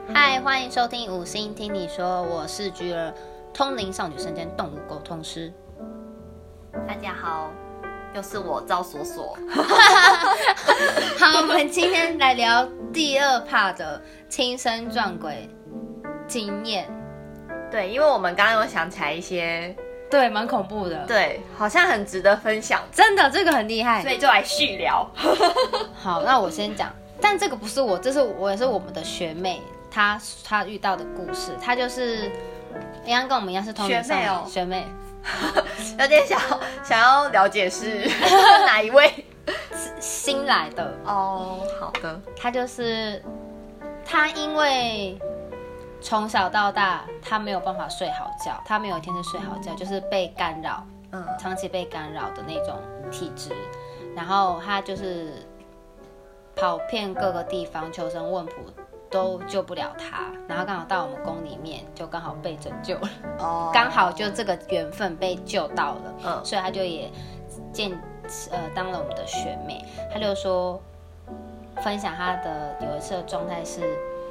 嗨，欢迎收听五星听你说，我是菊儿，通灵少女身兼动物沟通师。 大家好，又是我赵锁锁。 好，我们今天来聊第二 part 的亲身撞鬼经验。 对，因为我们刚刚有想起来一些， 对，蛮恐怖的。 对，好像很值得分享， 真的，这个很厉害， 所以就来续聊。 好，那我先讲，但这个不是我，这是也是我们的学妹，她遇到的故事，她就是一样跟我们一样是通灵少女学妹。 有点想要了解是哪一位新来的哦。好的， 她因为从小到大她没有办法睡好觉，她没有一天是睡好觉，就是被干扰，长期被干扰的那种体质，然后她就是跑遍各个地方求神问卜都救不了他，然后刚好到我们宫里面就刚好被拯救了，刚好就这个缘分被救到了，所以他就也当了我们的学妹。他就说分享他的有一次的状态是，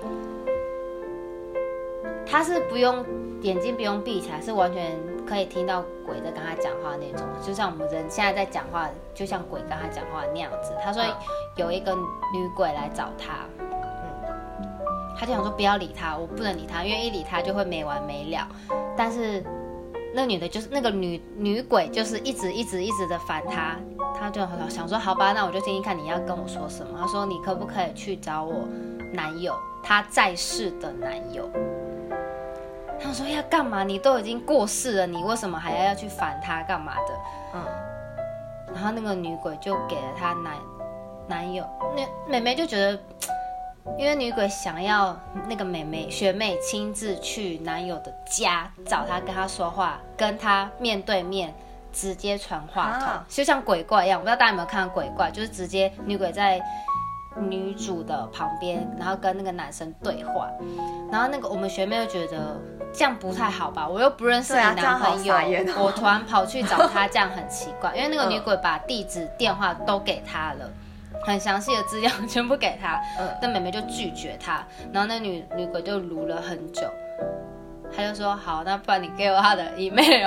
他是眼睛不用闭起来，是完全可以听到鬼在跟他讲话那种，就像我们人现在在讲话，就像鬼跟他讲话那样子。他说有一个女鬼来找他，他就想说不要理他，我不能理他，因为一理他就会没完没了。但是那女的就是那个女鬼，就是一直的烦他，他就想说好吧，那我就听听看你要跟我说什么。他说你可不可以去找我男友，他在世的男友。他说要干嘛？你都已经过世了，你为什么还要去烦他干嘛的？然后那个女鬼就给了他男友，那妹妹就觉得。因为女鬼想要那个学妹亲自去男友的家找他，跟他说话，跟他面对面直接传话筒，就像鬼怪一样。我不知道大家有没有看到鬼怪，就是直接女鬼在女主的旁边，然后跟那个男生对话。然后那个我们学妹就觉得这样不太好吧，我又不认识你男朋友，我突然跑去找他，这样很奇怪。因为那个女鬼把地址、电话都给他了。很详细的资料全部给他，但妹妹就拒绝他，然后那女鬼就撸了很久，他就说好，那不然你给我他的 email，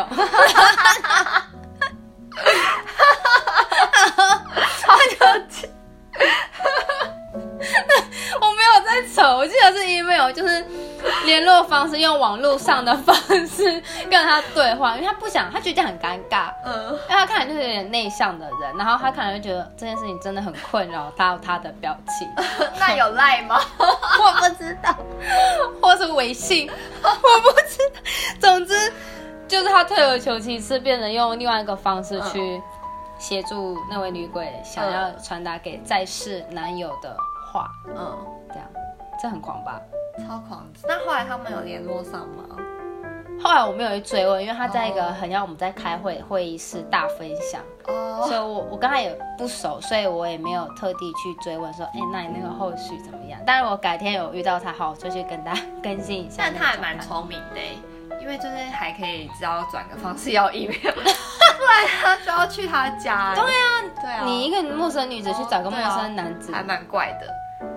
我没有在扯，我记得是 email， 就是联络方式，用网络上的方式跟他对话，因为他不想，他觉得这样很尴尬，因为他看起来就是有点内向的人，然后他可能就觉得这件事情真的很困扰他的表情。 那有赖吗？ 我不知道，或是微信，我不知道。总之就是他退而求其次，变成用另外一个方式去协助那位女鬼想要传达给在世男友的话，这样，这很狂吧？ 超狂！那后来他们有联络上吗？ 后来我没有去追问，因为他在一个很像我们在开会议室大分享，所以我跟他也不熟，所以我也没有特地去追问说，那你那个后续怎么样？当然我改天有遇到他，好，我就去跟他更新一下。 但他还蛮聪明的，因为就是还可以知道转个方式要 email， 不然他就要去他家。 对啊，你一个陌生女子去找个陌生男子， 还蛮怪的。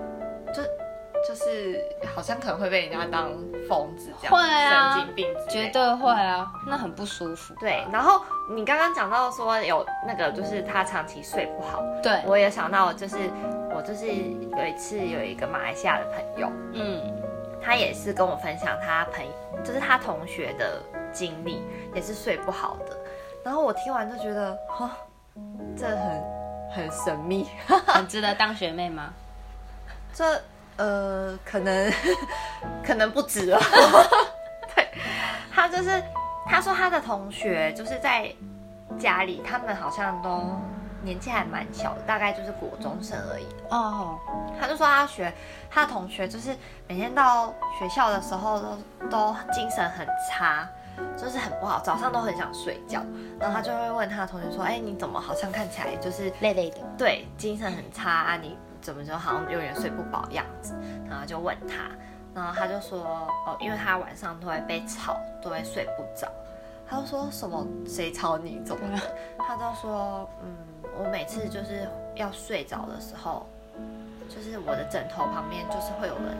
就是好像可能会被人家当疯子这样， 会啊， 神经病之类， 绝对会啊，那很不舒服。 对，然后你刚刚讲到说有那个，就是他长期睡不好， 对， 我也想到，就是我就是有一次有一个马来西亚的朋友，他也是跟我分享就是他同学的经历，也是睡不好的。然后我听完就觉得，这很神秘， 很值得当学妹吗？ 这可能不止了。对，他说他的同学就是在家里，他们好像都年纪还蛮小的，大概就是国中生而已。他就说他的同学就是每天到学校的时候都精神很差，就是很不好，早上都很想睡觉。然后他就会问他的同学说：“你怎么好像看起来就是累累的？对， 精神很差啊，你怎么就好像永远睡不饱的样子？”然后就问他，然后他就说：“因为他晚上都会被吵，都会睡不着。”他就说什么谁吵你怎么了？他就说：“我每次就是要睡着的时候，就是我的枕头旁边就是会有人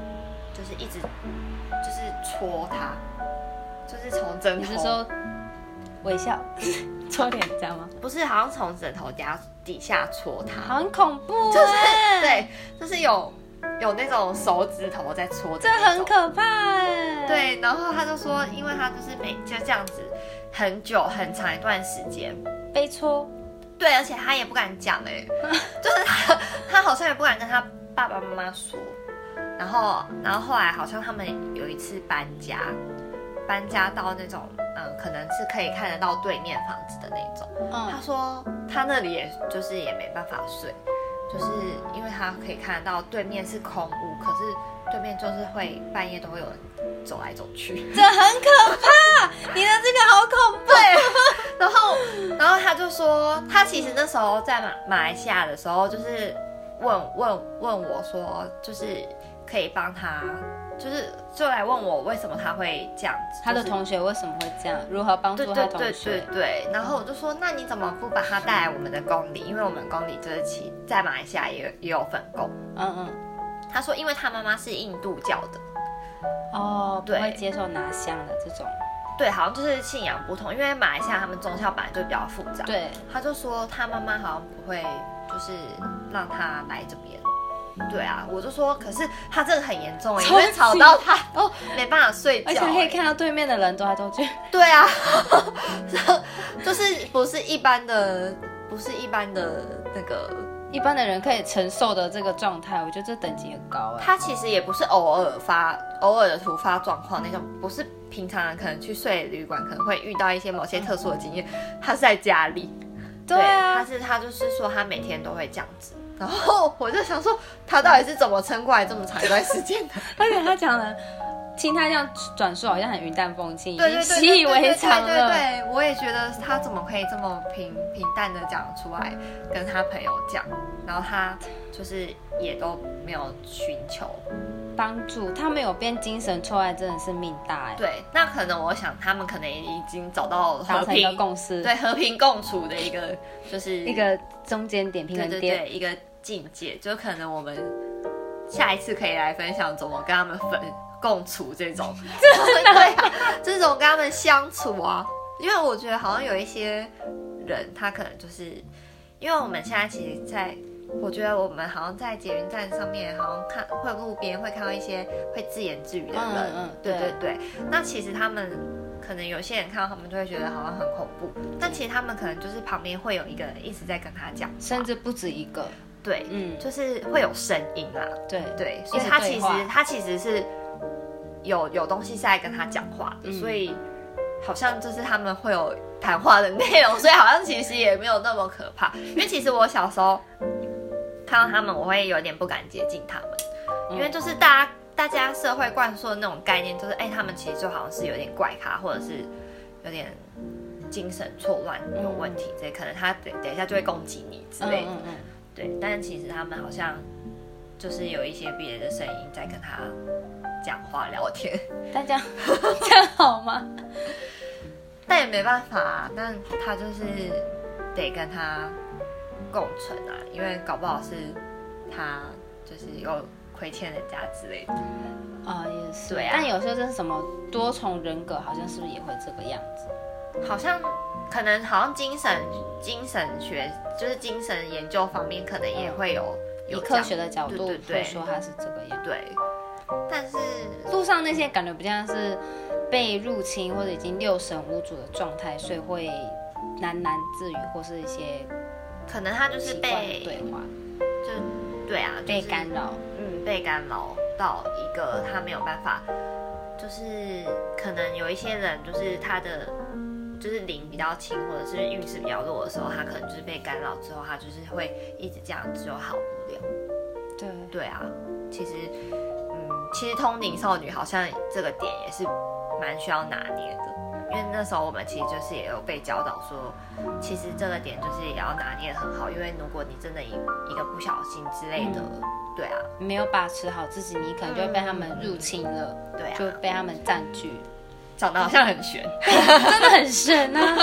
就是一直就是戳他，就是从枕头。 你是说微笑戳脸这样吗？ 不是，好像从枕头底下戳他， 很恐怖， 就是对，就是有那种手指头在戳， 这很可怕哎。 对，然后他就说，因为他就是就这样子很久很长一段时间被戳， 对，而且他也不敢讲哎，就是他好像也不敢跟他爸爸妈妈说，然后后来好像他们有一次搬家到那种可能是可以看得到对面房子的那种，他说他那里也没办法睡，就是因为他可以看得到对面是空屋，可是对面就是会半夜都会有人走来走去， 这很可怕，你的这个好恐怖。 对，然后他就说，他其实那时候在马来西亚的时候，就是问我说，就是可以帮他，就来问我为什么他会这样子， 他的同学为什么会这样，如何帮助他同学？ 对。然后我就说，那你怎么不把他带来我们的宫里？因为我们宫里就是在马来西亚也有分宫。他说，因为他妈妈是印度教的， 不会接受拿香的这种。 对，好像就是信仰不同，因为马来西亚他们宗教本来就比较复杂。 对， 他就说他妈妈好像不会，就是让他来这边。对啊，我就说，可是他这个很严重，因为吵到他都没办法睡觉， 而且可以看到对面的人走来走去。 对啊，就是不是一般的那个一般的人可以承受的这个状态，我觉得这等级很高哎。 他其实也不是偶尔的突发状况那种，不是平常人可能去睡旅馆可能会遇到一些某些特殊的经验，他是在家里。 对啊， 他就是说他每天都会这样子。然后我就想说，他到底是怎么撑过来这么长一段时间的？ 而且他讲的，听他这样转述，好像很云淡风轻，已经习以为常了。 对，我也觉得他怎么可以这么平淡的讲出来，跟他朋友讲，然后他就是也都没有寻求帮助，他没有变精神错爱，真的是命大哎。 对，那可能我想他们可能已经找到达成一个共识， 对，和平共处的一个就是一个中间点，平衡点， 对，一个境界，就可能我们下一次可以来分享怎么跟他们共处这种，对啊，这种跟他们相处啊，因为我觉得好像有一些人他可能就是因为我们现在其实我觉得我们好像在捷运站上面，好像会路边会看到一些会自言自语的人，对，那其实他们可能有些人看到他们就会觉得好像很恐怖，但其实他们可能就是旁边会有一个人一直在跟他讲话， 甚至不止一个， 对，就是会有声音啦，对，所以他其实是有东西是在跟他讲话的，所以好像就是他们会有谈话的内容，所以好像其实也没有那么可怕，因为其实我小时候看到他们，我会有点不敢接近他们，因为就是大家社会灌输的那种概念，就是他们其实就好像是有点怪咖，或者是有点精神错乱有问题，这可能他等一下就会攻击你之类的，对，但是其实他们好像就是有一些别的声音在跟他讲话聊天， 但这样好吗？ 但也没办法啊，但他就是得跟他共存啊，因为搞不好是他就是有亏欠人家之类的也是， 对啊。 但有时候这是什么多重人格，好像是不是也会这个样子？ 好像可能好像精神学就是精神研究方面，可能也会有以科学的角度会说他是这个样子。 对，但是路上那些感觉比较像是被入侵或者已经六神无主的状态，所以会喃喃自语或是一些可能他就是被对话， 就对啊， 被干扰， 被干扰到一个他没有办法，就是可能有一些人就是他的就是灵比较轻或者是运势比较弱的时候，他可能就是被干扰之后，他就是会一直这样子就好不了。对啊，其实通灵少女好像这个点也是蛮需要拿捏的，因为那时候我们其实就是也有被教导说，其实这个点就是也要拿捏得很好，因为如果你真的一个不小心之类的，对啊， 没有把持好自己，你可能就会被他们入侵了， 对啊， 就被他们占据。 长得好像很玄， 真的很玄啊！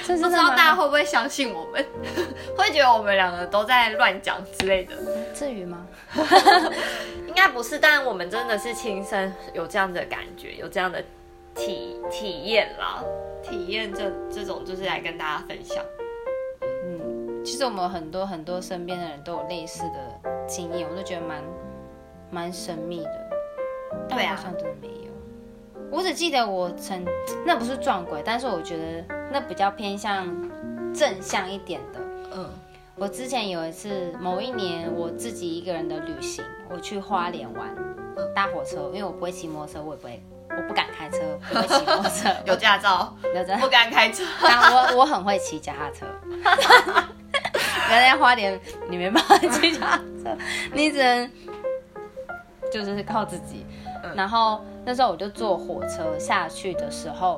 这不知道大家会不会相信我们，会觉得我们两个都在乱讲之类的。 至于吗？ 应该不是，但我们真的是亲身有这样的感觉，有这样的体验啦，体验这种就是来跟大家分享。 其实我们很多身边的人都有类似的经验，我都觉得蛮神秘的。但我好像真的没有。我只记得那不是撞鬼，但是我觉得那比较偏向正向一点的。我之前有一次某一年我自己一个人的旅行，我去花莲玩，搭火车，因为我不会骑摩托车，我不敢开车，不会骑摩托车， 有驾照，不敢开车， 但我很会骑脚踏车。人家花莲你没办法骑脚踏车，你只能就是靠自己。然后那时候我就坐火车下去的时候，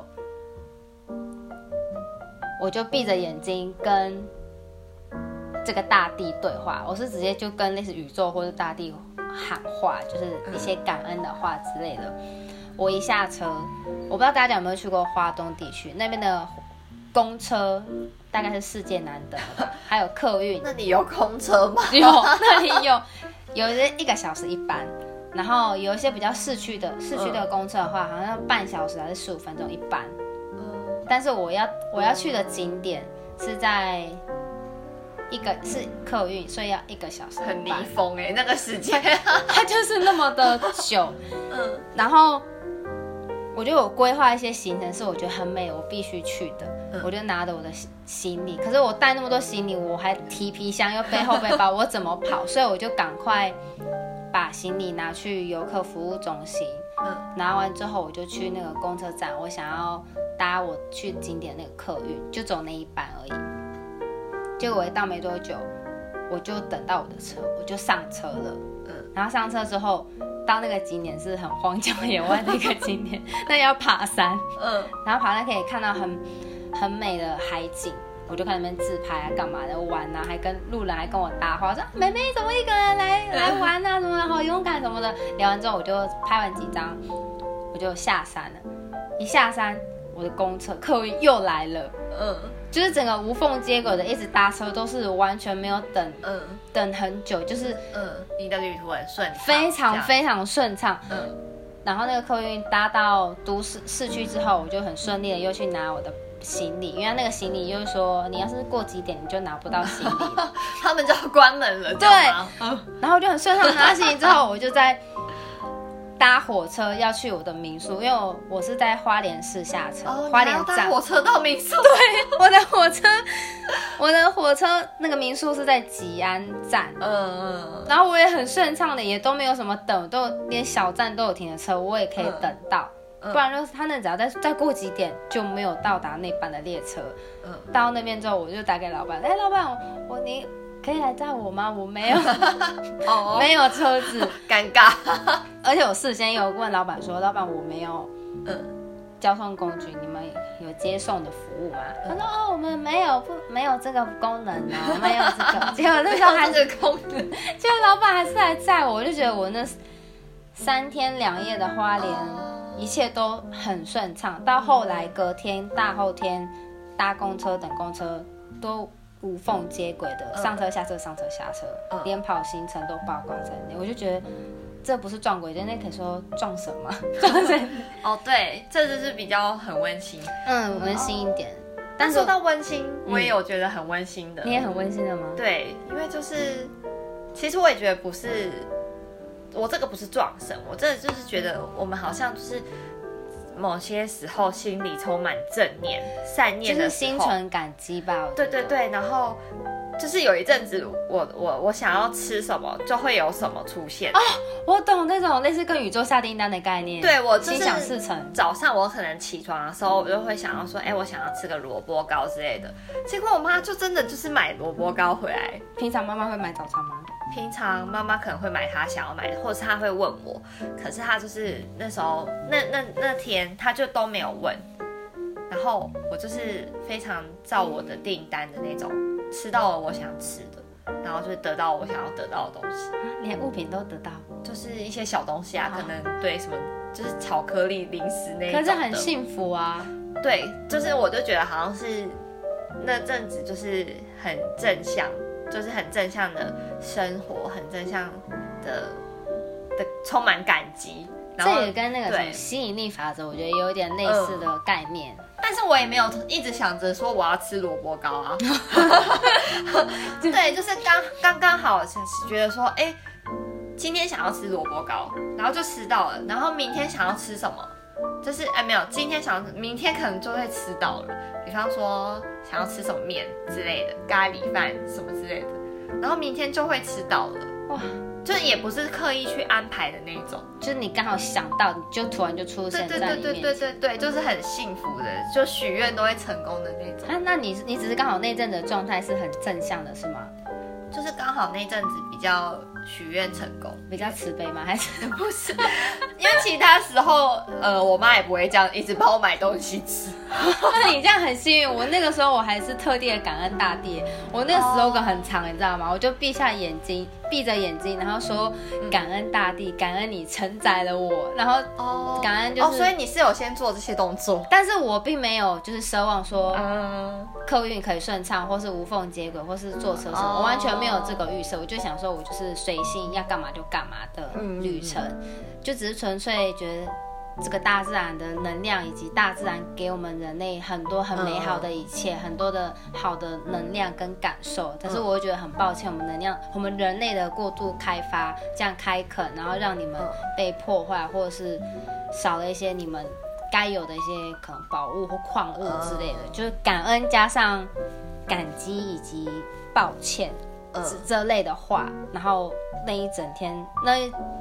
我就闭着眼睛跟这个大地对话，我是直接就跟类似宇宙或者大地喊话，就是一些感恩的话之类的。我一下车，我不知道大家有没有去过花东地区，那边的公车大概是世界难得的，还有客运。 那里有公车吗？ 有，那里有1个小时一班，然后有一些比较市区的公车的话，好像半小时还是15分钟一班。但是我要去的景点是在是客运，所以要1个小时一班。 很离峰那个时间， 它就是那么的久。然后我就有规划一些行程是我觉得很美，我必须去的。我就拿着我的行李，可是我带那么多行李，我还提皮箱又背后背包，我怎么跑？所以我就赶快把行李拿去游客服务中心。拿完之后我就去那个公车站，我想要搭我去景点那个客运，就走那一班而已。结果我一到没多久，我就等到我的车，我就上车了。然后上车之后，到那个景点是很荒郊野外的一个景点，那要爬山。然后爬山可以看到很美的海景，我就看那边自拍啊，干嘛的玩啊，还跟路人还跟我搭话，说妹妹怎么一个人来玩啊，什么的，好勇敢什么的。聊完之后，我就拍完几张，我就下山了。一下山，我的公车客运又来了。就是整个无缝接轨的，一直搭车都是完全没有等很久，就是你的旅途很顺畅， 非常非常顺畅。然后那个客运搭到市区之后，我就很顺利的又去拿我的行李，因为那个行李就是说你要是过几点你就拿不到行李了， 他们就要关门了。对， 然后我就很顺畅拿行李之后，我就在搭火车要去我的民宿，因为我是在花莲市下车，花莲站。 搭火车到民宿？ 对，我的火车那个民宿是在吉安站。然后我也很顺畅的，也都没有什么等，连小站都有停的车，我也可以等到。不然就是他那只要再过几点就没有到达那班的列车。到那边之后，我就打给老板，老板，你可以来载我吗？我没有，没有车子， 尴尬。 而且我事先有问老板说，老板我没有交通工具，你们有接送的服务吗？他说我们没有这个功能哦，没有这个。结果那时候还是功能， 结果老板还是来载我，我就觉得我那3天2夜的花莲，一切都很顺畅。到后来隔天大后天搭公车等公车都无缝接轨的，上车下车上车下车，连跑行程都包括在内。我就觉得这不是撞鬼，那可以说撞神吗？撞神。 对，这就是比较很温馨， 温馨一点。 但说到温馨，我也有觉得很温馨的。 你也很温馨的吗？ 对，因为就是其实我也觉得不是，我这个不是撞神，我真的就是觉得我们好像就是某些时候心里充满正念、善念的时候， 就是心存感激吧。 对，然后就是有一阵子我想要吃什么，就会有什么出现。 我懂那种类似跟宇宙下订单的概念。 对，我就是心想事成。 早上我可能起床的时候，我就会想要说，我想要吃个萝卜糕之类的。结果我妈就真的就是买萝卜糕回来。 平常妈妈会买早餐吗？ 平常妈妈可能会买她想要买的，或者是她会问我，可是她就是那时候那天她就都没有问，然后我就是非常照我的订单的那种，吃到了我想吃的，然后就是得到我想要得到的东西， 连物品都得到， 就是一些小东西啊，可能对什么就是巧克力零食那一种的， 可是很幸福啊。 对，就是我就觉得好像是那阵子就是很正向，就是很正向的生活，很正向的充满感激。然后这也跟那个什么吸引力法则，我觉得有点类似的概念。 但是我也没有一直想着说我要吃萝卜糕啊。对，就是刚好觉得说，今天想要吃萝卜糕，然后就吃到了，然后明天想要吃什么，就是没有，今天明天可能就会吃到了。比方说想要吃什么面之类的，咖喱饭什么之类的，然后明天就会吃到了。哇！就是也不是刻意去安排的那种， 就是你刚好想到，你就突然就出现在你面前。 对，就是很幸福的，就许愿都会成功的那种。 那你只是刚好那阵的状态是很正向的，是吗？ 就是刚好那阵子比较许愿成功， 比较慈悲吗？还是不是？因为其他时候，我妈也不会这样一直帮我买东西吃。 那你这样很幸运。我那个时候我还是特地的感恩大地，我那个 slogan 很长，你知道吗？我就闭着眼睛，然后说感恩大地，感恩你承载了我，然后感恩就是。 所以你是有先做这些动作， 但是我并没有就是奢望说客运可以顺畅，或是无缝接轨，或是坐车什么，我完全没有这个预设。我就想说，我就是随性，要干嘛就干嘛的旅程，就只是纯粹觉得这个大自然的能量，以及大自然给我们人类很多很美好的一切，很多的好的能量跟感受。但是我会觉得很抱歉，我们人类的过度开发，这样开垦，然后让你们被破坏，或者是少了一些你们该有的一些可能宝物或矿物之类的，就是感恩加上感激以及抱歉这类的话，然后那一整天那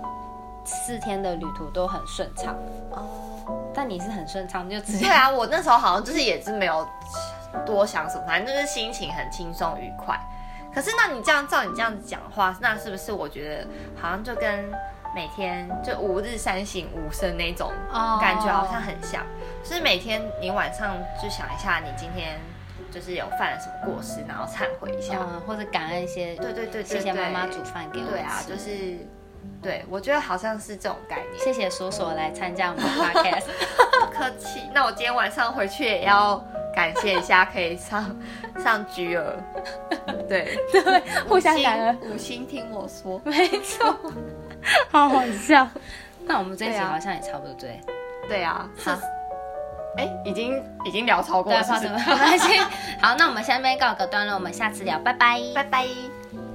4天的旅途都很顺畅。但你是很顺畅就直接。 对啊，我那时候好像就是也是没有多想什么，反正就是心情很轻松愉快。可是那你照你这样子讲话，那是不是我觉得好像就跟每天就5日3省吾身那种感觉好像很像，就是每天你晚上就想一下你今天就是有犯了什么过失，然后忏悔一下， 或者感恩一些， 对， 谢谢妈妈煮饭给我吃。 对啊，就是对，我觉得好像是这种概念。 谢谢叔叔来参加我们的 podcast。 不客气。那我今天晚上回去也要感谢一下，可以上菊儿。对， 互相感恩。 5星听我说， 没错，好好笑。那我们这一集好像也差不多对。 对啊，已经聊超过了，是不是？ 没关系。好，那我们下面告个段落，我们下次聊，拜拜， 拜拜。